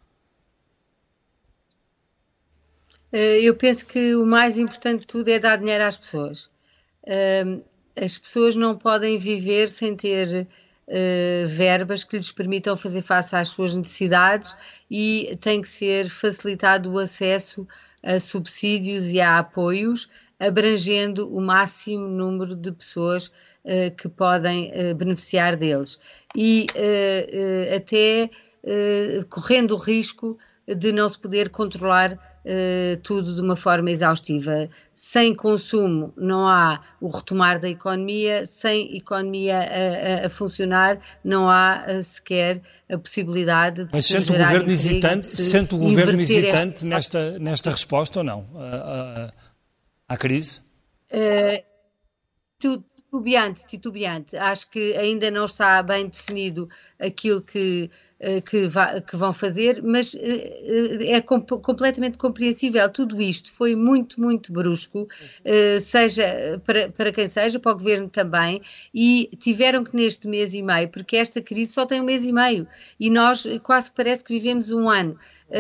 Eu penso que o mais importante de tudo é dar dinheiro às pessoas. As pessoas não podem viver sem ter verbas que lhes permitam fazer face às suas necessidades e tem que ser facilitado o acesso a subsídios e a apoios, abrangendo o máximo número de pessoas que podem beneficiar deles. E até correndo o risco de não se poder controlar Uh, tudo de uma forma exaustiva. Sem consumo não há o retomar da economia, sem economia a, a, a funcionar não há uh, sequer a possibilidade de Mas se sente o gerar governo emprego, hesitante, se sente o governo hesitante esta... nesta, nesta resposta ou não à, à, à crise? Uh, titubeante, titubeante. Acho que ainda não está bem definido aquilo que Que, va, que vão fazer, mas é com, completamente compreensível. Tudo isto foi muito, muito brusco, seja para, para quem seja, para o governo também, e tiveram que neste mês e meio, porque esta crise só tem um mês e meio, e nós quase parece que vivemos um ano.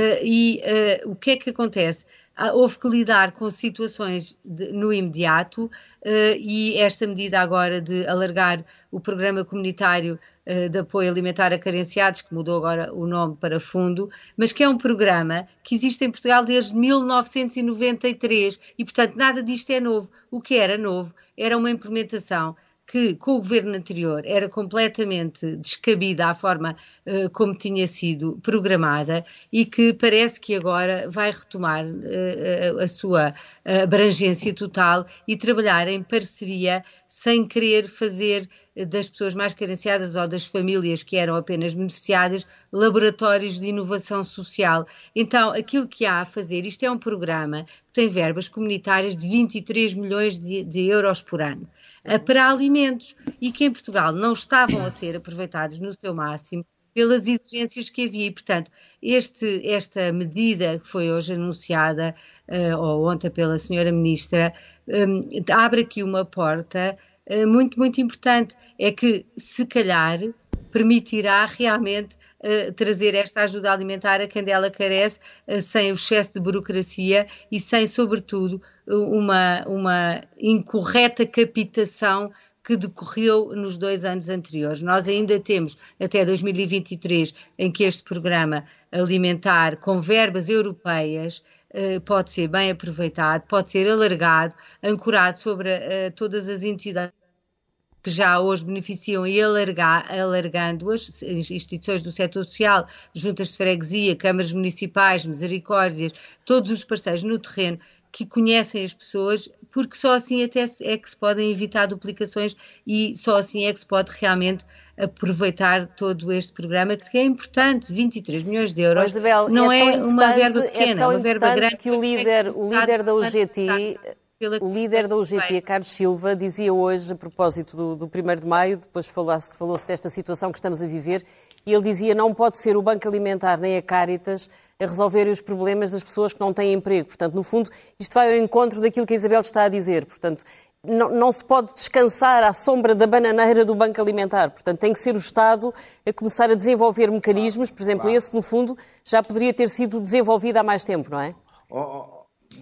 E o que é que acontece? Houve que lidar com situações de, no imediato uh, e esta medida agora de alargar o programa comunitário uh, de apoio alimentar a carenciados, que mudou agora o nome para fundo, mas que é um programa que existe em Portugal desde mil novecentos e noventa e três e, portanto, nada disto é novo. O que era novo era uma implementação que com o governo anterior era completamente descabida à forma uh, como tinha sido programada e que parece que agora vai retomar uh, a, a sua abrangência total e trabalhar em parceria sem querer fazer das pessoas mais carenciadas ou das famílias que eram apenas beneficiadas laboratórios de inovação social. Então, aquilo que há a fazer, isto é um programa que tem verbas comunitárias de vinte e três milhões de, de euros por ano para alimentos e que em Portugal não estavam a ser aproveitados no seu máximo pelas exigências que havia e, portanto, este, esta medida que foi hoje anunciada, uh, ou ontem pela senhora Ministra, um, abre aqui uma porta uh, muito, muito importante, é que, se calhar, permitirá realmente uh, trazer esta ajuda alimentar a quem dela carece, uh, sem o excesso de burocracia e sem, sobretudo, uma, uma incorreta captação que decorreu nos dois anos anteriores. Nós ainda temos até dois mil e vinte e três em que este programa alimentar com verbas europeias uh, pode ser bem aproveitado, pode ser alargado, ancorado sobre uh, todas as entidades que já hoje beneficiam e alargar, alargando-as, instituições do setor social, juntas de freguesia, câmaras municipais, misericórdias, todos os parceiros no terreno que conhecem as pessoas, porque só assim até é que se podem evitar duplicações e só assim é que se pode realmente aproveitar todo este programa, que é importante, vinte e três milhões de euros, Isabel, não é, é uma verba pequena, é uma verba grande. Que o líder, o líder da U G T... O líder da U G T, Carlos Silva, dizia hoje, a propósito do, do primeiro de maio, depois falou-se, falou-se desta situação que estamos a viver, e ele dizia não pode ser o Banco Alimentar nem a Caritas a resolverem os problemas das pessoas que não têm emprego. Portanto, no fundo, isto vai ao encontro daquilo que a Isabel está a dizer. Portanto, não, não se pode descansar à sombra da bananeira do Banco Alimentar. Portanto, tem que ser o Estado a começar a desenvolver mecanismos, por exemplo, esse, no fundo, já poderia ter sido desenvolvido há mais tempo, não é? Oh, oh.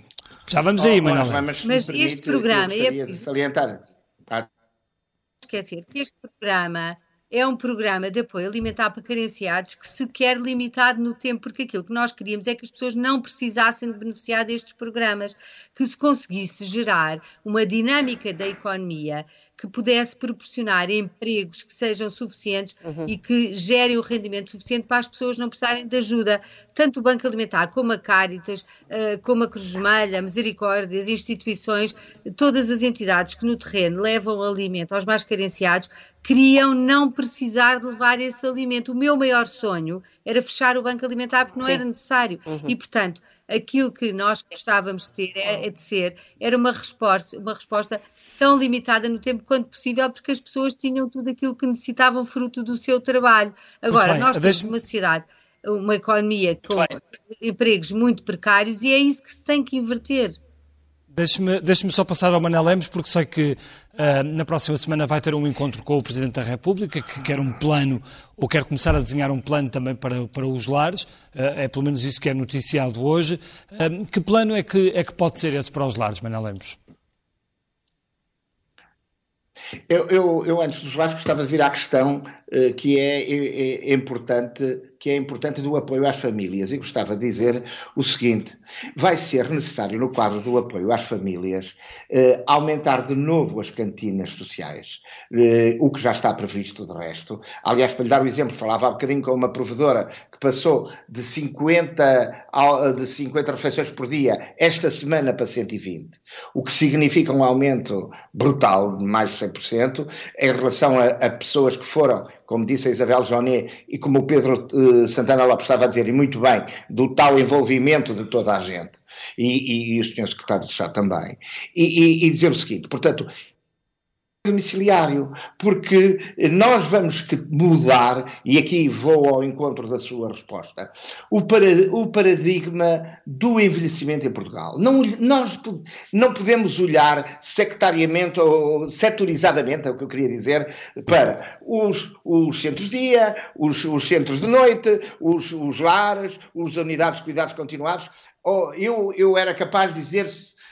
Já vamos aí, oh, Manuel. Mas, mas permite, este programa, é preciso salientar. Ah. esquecer que este programa é um programa de apoio alimentar para carenciados que se quer limitado no tempo, porque aquilo que nós queríamos é que as pessoas não precisassem de beneficiar destes programas, que se conseguisse gerar uma dinâmica da economia que pudesse proporcionar empregos que sejam suficientes uhum. e que gerem o rendimento suficiente para as pessoas não precisarem de ajuda. Tanto o Banco Alimentar como a Cáritas, como a Cruz Vermelha, a Misericórdia, as instituições, todas as entidades que no terreno levam alimento aos mais carenciados, queriam não precisar de levar esse alimento. O meu maior sonho era fechar o Banco Alimentar porque não Sim. era necessário. Uhum. E, portanto, aquilo que nós gostávamos de ter, é, é de ser, era uma resposta, uma resposta tão limitada no tempo quanto possível, porque as pessoas tinham tudo aquilo que necessitavam fruto do seu trabalho. Agora, nós temos uma sociedade, uma economia com empregos muito precários e é isso que se tem que inverter. Deixe-me, deixe-me só passar ao Manel Lemos, porque sei que uh, na próxima semana vai ter um encontro com o Presidente da República, que quer um plano, ou quer começar a desenhar um plano também para, para os lares, uh, é pelo menos isso que é noticiado hoje. Uh, que plano é que, é que pode ser esse para os lares, Manel Lemos? Eu, eu, eu, antes dos lares, gostava de vir à questão uh, que é, é, é importante, que é importante do apoio às famílias. E gostava de dizer o seguinte: vai ser necessário, no quadro do apoio às famílias, uh, aumentar de novo as cantinas sociais, uh, o que já está previsto de resto. Aliás, para lhe dar o exemplo, falava há bocadinho com uma provedora que passou de cinquenta, de cinquenta refeições por dia esta semana para cento e vinte, o que significa um aumento brutal de mais de cem por cento em relação a, a pessoas que foram, como disse a Isabel Jonet e como o Pedro uh, Santana Lopes estava a dizer, e muito bem, do tal envolvimento de toda a gente, e, e, e o senhor Secretário de Estado também, e, e, e dizer o seguinte, portanto, domiciliário, porque nós vamos que mudar, e aqui vou ao encontro da sua resposta, o, para, o paradigma do envelhecimento em Portugal. Não, nós não podemos olhar sectariamente ou setorizadamente, é o que eu queria dizer, para os, os centros-dia, os, os centros de noite, os, os lares, as unidades de cuidados continuados. Oh, eu, eu era capaz de dizer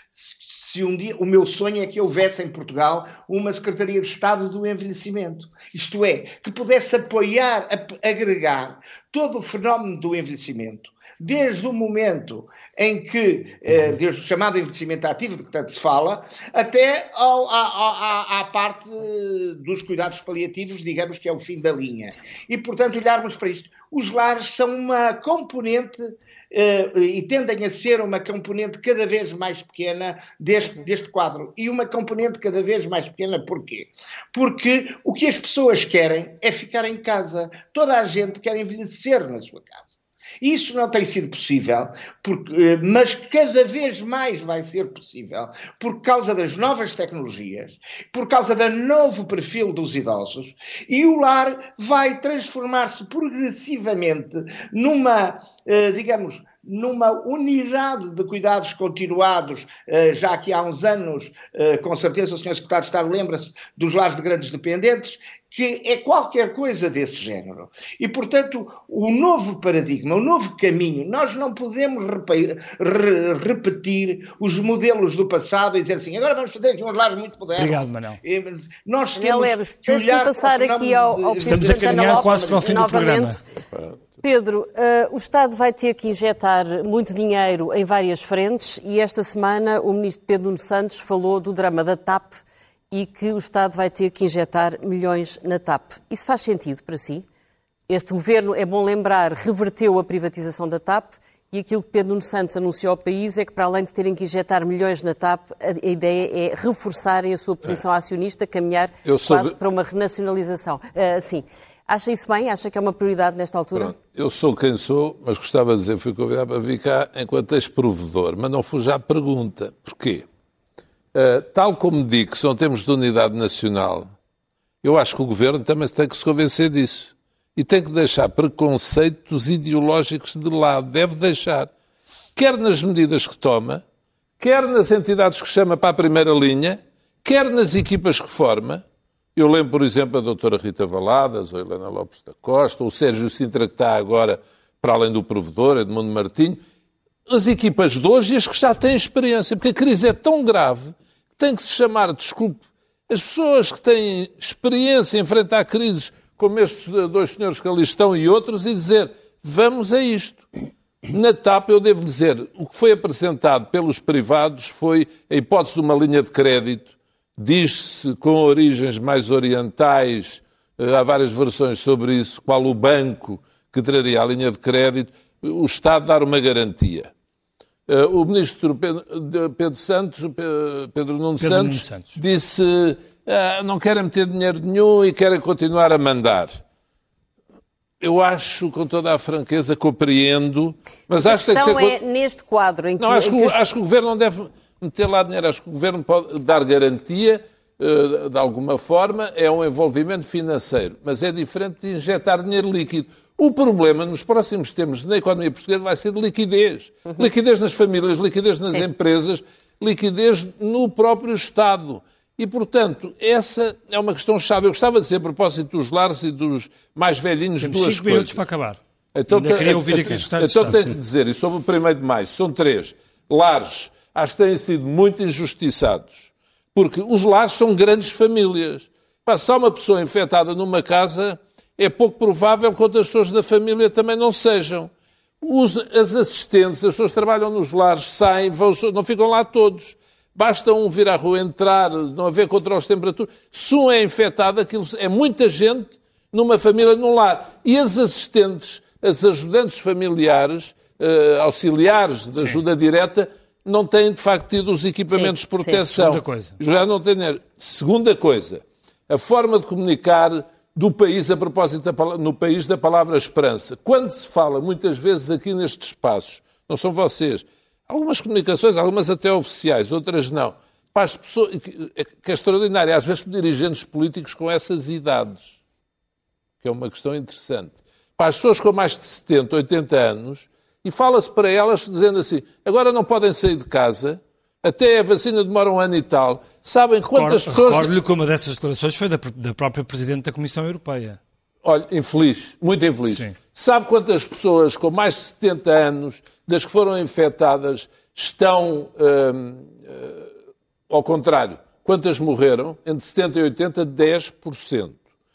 se um dia, o meu sonho é que houvesse em Portugal uma Secretaria de Estado do Envelhecimento. Isto é, que pudesse apoiar, agregar todo o fenómeno do envelhecimento, desde o momento em que, eh, desde o chamado envelhecimento ativo, de que tanto se fala, até ao, à, à, à parte dos cuidados paliativos, digamos que é o fim da linha. E, portanto, olharmos para isto. Os lares são uma componente Uh, e tendem a ser uma componente cada vez mais pequena deste, deste quadro. E uma componente cada vez mais pequena porquê? Porque o que as pessoas querem é ficar em casa. Toda a gente quer envelhecer na sua casa. Isso não tem sido possível, porque, mas cada vez mais vai ser possível por causa das novas tecnologias, por causa do novo perfil dos idosos, e o lar vai transformar-se progressivamente numa, digamos, numa unidade de cuidados continuados, já que há uns anos, com certeza o senhor Secretário de Estado lembra-se dos lares de grandes dependentes, que é qualquer coisa desse género. E, portanto, o novo paradigma, o novo caminho, nós não podemos repe- re- repetir os modelos do passado e dizer assim, agora vamos fazer aqui uns lares muito modernos. Obrigado, Manel. E, nós Manel Leves, deixa-me passar aqui ao, ao Estamos a caminhar quase para o fim novamente. do programa. Pedro, uh, o Estado vai ter que injetar muito dinheiro em várias frentes e esta semana o ministro Pedro Nuno Santos falou do drama da TAP e que o Estado vai ter que injetar milhões na TAP. Isso faz sentido para si? Este governo, é bom lembrar, reverteu a privatização da TAP e aquilo que Pedro Nuno Santos anunciou ao país é que, para além de terem que injetar milhões na TAP, a ideia é reforçarem a sua posição acionista, caminhar quase de... para uma renacionalização. Uh, sim. Acha isso bem? Acha que é uma prioridade nesta altura? Pronto. Eu sou quem sou, mas gostava de dizer, fui convidado para vir cá enquanto ex-provedor, mas não fuja à pergunta. Porquê? Uh, tal como digo que são termos de unidade nacional, eu acho que o Governo também tem que se convencer disso. E tem que deixar preconceitos ideológicos de lado. Deve deixar. Quer nas medidas que toma, quer nas entidades que chama para a primeira linha, quer nas equipas que forma. Eu lembro, por exemplo, a doutora Rita Valadas, ou a Helena Lopes da Costa, ou o Sérgio Sintra, que está agora, para além do provedor, Edmundo Martinho. As equipas de hoje e as que já têm experiência, porque a crise é tão grave que tem que se chamar, desculpe, as pessoas que têm experiência em enfrentar crises como estes dois senhores que ali estão e outros, e dizer, vamos a isto. Na T A P, eu devo dizer, o que foi apresentado pelos privados foi a hipótese de uma linha de crédito, diz-se com origens mais orientais, há várias versões sobre isso, qual o banco que traria a linha de crédito, o Estado dar uma garantia. O ministro Pedro Santos, Pedro Nuno Pedro Santos, Nuno Santos. disse ah, não querem meter dinheiro nenhum e querem continuar a mandar. Eu acho, com toda a franqueza, compreendo, mas a acho que tem que ser... A questão é, neste quadro em que... Não, acho que, em que os... acho que o Governo não deve meter lá dinheiro, acho que o Governo pode dar garantia, de alguma forma, é um envolvimento financeiro, mas é diferente de injetar dinheiro líquido. O problema nos próximos tempos na economia portuguesa vai ser de liquidez. Uhum. Liquidez nas famílias, liquidez nas Sim. empresas, liquidez no próprio Estado. E, portanto, essa é uma questão chave. Eu gostava de dizer, a propósito dos lares e dos mais velhinhos, Temos duas cinco coisas. minutos para acabar. Então, Ainda queria ouvir aqui o secretário de Então Estado. tenho que dizer, e sobre o primeiro de maio, são três. Lares, acho que têm sido muito injustiçados. Porque os lares são grandes famílias. Pá, se há uma pessoa infectada numa casa, é pouco provável que outras pessoas da família também não sejam. Os, as assistentes, as pessoas que trabalham nos lares, saem, vão, não ficam lá todos. Basta um vir à rua, entrar, não haver controles de temperatura. Se um é infectado, aquilo é muita gente numa família, num lar. E as assistentes, as ajudantes familiares, uh, auxiliares de ajuda Sim. direta, não têm, de facto, tido os equipamentos Sim. de proteção. Sim. Segunda coisa. Já não têm dinheiro. Segunda coisa, a forma de comunicar do país, a propósito, da, no país da palavra esperança. Quando se fala, muitas vezes, aqui nestes espaços, não são vocês... Algumas comunicações, algumas até oficiais, outras não. Para as pessoas, que é extraordinário, às vezes dirigentes políticos com essas idades, que é uma questão interessante. Para as pessoas com mais de setenta, oitenta anos, e fala-se para elas dizendo assim, agora não podem sair de casa, até a vacina demora um ano e tal. Sabem quantas Recordo, pessoas... Recordo-lhe que uma dessas declarações foi da, da própria Presidente da Comissão Europeia. Olha, infeliz, muito infeliz. Sim. Sabe quantas pessoas com mais de setenta anos, das que foram infectadas, estão, hum, hum, ao contrário, quantas morreram? Entre setenta e oitenta, dez por cento.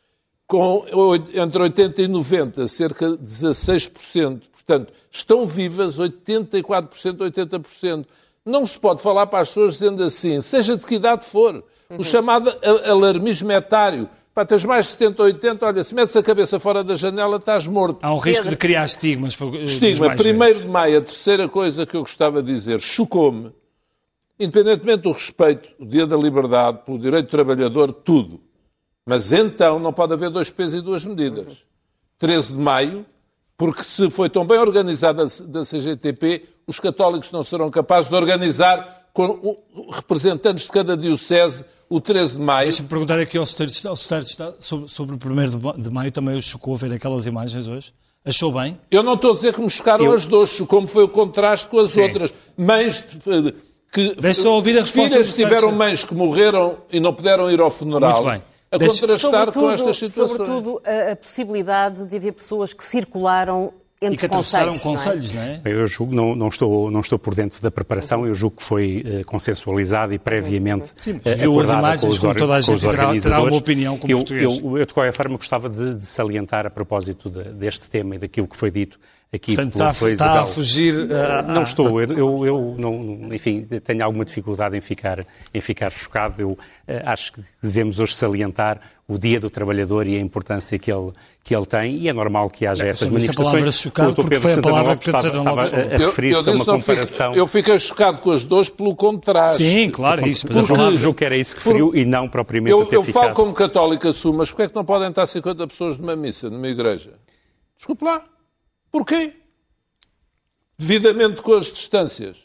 Com, entre oitenta e noventa, cerca de dezasseis por cento. Portanto, estão vivas oitenta e quatro por cento, oitenta por cento. Não se pode falar para as pessoas dizendo assim, seja de que idade for, uhum. o chamado alarmismo etário. Pá, tens mais de setenta, oitenta, olha, se metes a cabeça fora da janela, estás morto. Há um risco Pedro. de criar estigmas. Estigma. primeiro de maio, a terceira coisa que eu gostava de dizer, chocou-me, independentemente do respeito, o Dia da Liberdade, pelo direito do trabalhador, tudo. Mas então não pode haver dois pesos e duas medidas. treze de maio, porque se foi tão bem organizada da C G T P, os católicos não serão capazes de organizar com representantes de cada diocese o treze de maio... Deixa-me perguntar aqui ao Secretário de Estado, ao Secretário de Estado sobre, sobre o primeiro de maio, também o chocou ver aquelas imagens hoje? Achou bem? Eu não estou a dizer que me chocaram Eu... as duas, como foi o contraste com as Sim. outras. Mães que... Deixa só ouvir a resposta. Filhas tiveram mães que morreram e não puderam ir ao funeral. Muito bem. A Deixa... contrastar com estas situações. Sobretudo a, a possibilidade de haver pessoas que circularam entre e que atravessaram conselhos, conselhos, não é? Não é? Eu julgo, não, não, estou, não estou por dentro da preparação, eu julgo que foi uh, consensualizado e previamente Sim, uh, viu as imagens, com os, como toda a gente terá, terá uma opinião como eu, português. Eu, eu, de qualquer forma, gostava de, de salientar a propósito de, deste tema e daquilo que foi dito aqui. Portanto, pela, está, pela está a fugir... Uh, não estou, eu, eu, eu não, enfim, tenho alguma dificuldade em ficar, em ficar chocado. Eu uh, acho que devemos hoje salientar o Dia do Trabalhador e a importância que ele, que ele tem, e é normal que haja é, essas manifestações. A palavra chocado porque foi a palavra que Pedro Santana Lopes estava a referir-se a uma comparação. Fico, eu fiquei chocado com as duas pelo contraste. Sim, claro, isso. Mas a palavra julgo que era isso que referiu por, e não propriamente eu, a ter Eu ficado. falo como católico, assumo, mas porquê é que não podem estar cinquenta pessoas numa missa, numa igreja? Desculpe lá. Porquê? Devidamente com as distâncias.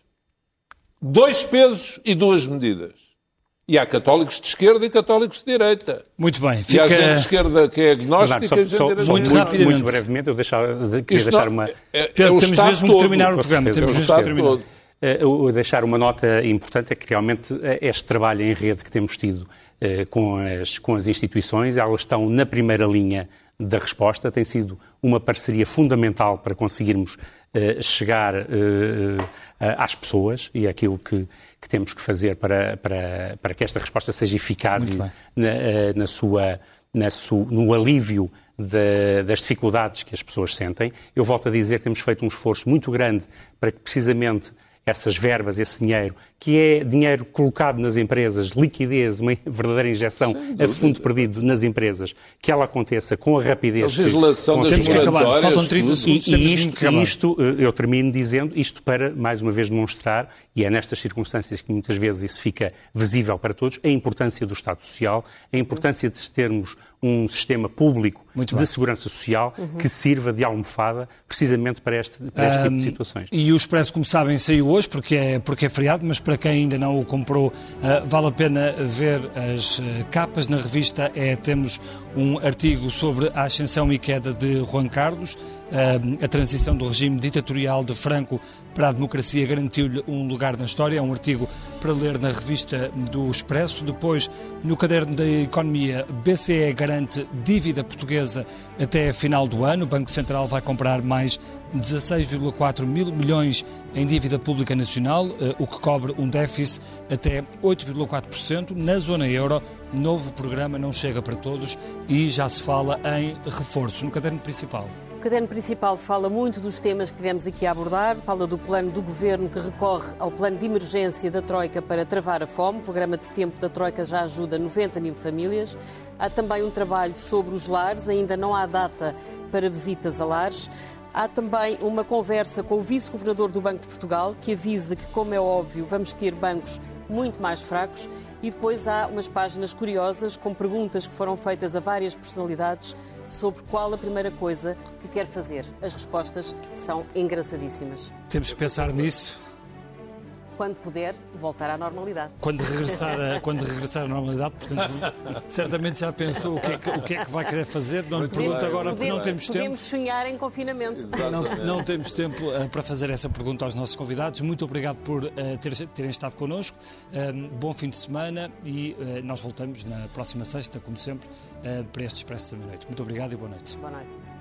Dois pesos e duas medidas. E há católicos de esquerda e católicos de direita. Muito bem. Fica... E há gente de esquerda que é agnóstica só, e gente só, de só, muito, muito rapidamente. Muito brevemente, eu deixava, queria Isto deixar não, uma... É, Pedro, é temos mesmo todo, que terminar o programa. Certeza, temos mesmo que terminar. Uh, deixar uma nota importante é que realmente este trabalho em rede que temos tido uh, com, as, com as instituições, elas estão na primeira linha da resposta, tem sido uma parceria fundamental para conseguirmos uh, chegar uh, uh, às pessoas e é aquilo que, que temos que fazer para, para, para que esta resposta seja eficaz e, na, uh, na, sua, na su, no alívio de, das dificuldades que as pessoas sentem. Eu volto a dizer que temos feito um esforço muito grande para que precisamente essas verbas, esse dinheiro, que é dinheiro colocado nas empresas, liquidez, uma verdadeira injeção a fundo perdido nas empresas, que ela aconteça com a rapidez. A legislação das temos que acabar. Faltam trinta segundos, e, temos e isto, que acabar. isto, eu termino dizendo, isto para, mais uma vez, demonstrar, e é nestas circunstâncias que muitas vezes isso fica visível para todos, a importância do Estado Social, a importância de termos um sistema público Muito de bem. segurança social uhum. que sirva de almofada precisamente para este, para este um, tipo de situações. E o Expresso, como sabem, saiu hoje porque é, porque é feriado, mas para quem ainda não o comprou, uh, vale a pena ver as uh, capas. Na revista é, temos um artigo sobre a ascensão e queda de Juan Carlos. Uh, a transição do regime ditatorial de Franco para a democracia garantiu-lhe um lugar na história. É um artigo para ler na revista do Expresso. Depois, no caderno da Economia, B C E garante dívida portuguesa até a final do ano. O Banco Central vai comprar mais dezasseis vírgula quatro mil milhões em dívida pública nacional, o que cobre um déficit até oito vírgula quatro por cento. Na zona euro, novo programa não chega para todos e já se fala em reforço. No caderno principal. O caderno principal fala muito dos temas que tivemos aqui a abordar, fala do plano do Governo que recorre ao plano de emergência da Troika para travar a fome. O programa de tempo da Troika já ajuda noventa mil famílias. Há também um trabalho sobre os lares, ainda não há data para visitas a lares. Há também uma conversa com o vice-governador do Banco de Portugal, que avisa que, como é óbvio, vamos ter bancos muito mais fracos. E depois há umas páginas curiosas com perguntas que foram feitas a várias personalidades sobre qual a primeira coisa que quer fazer. As respostas são engraçadíssimas. Temos que pensar nisso. Quando puder, voltar à normalidade. Quando regressar a, quando regressar à normalidade, portanto, certamente já pensou o que, é que, o que é que vai querer fazer. Não lhe pergunto agora porque não temos tempo. Podemos sonhar em confinamento. Não, não temos tempo uh, para fazer essa pergunta aos nossos convidados. Muito obrigado por uh, ter, terem estado connosco. Um, bom fim de semana e uh, nós voltamos na próxima sexta, como sempre, uh, para este Expresso da Meia-Noite. Muito obrigado e boa noite. Boa noite.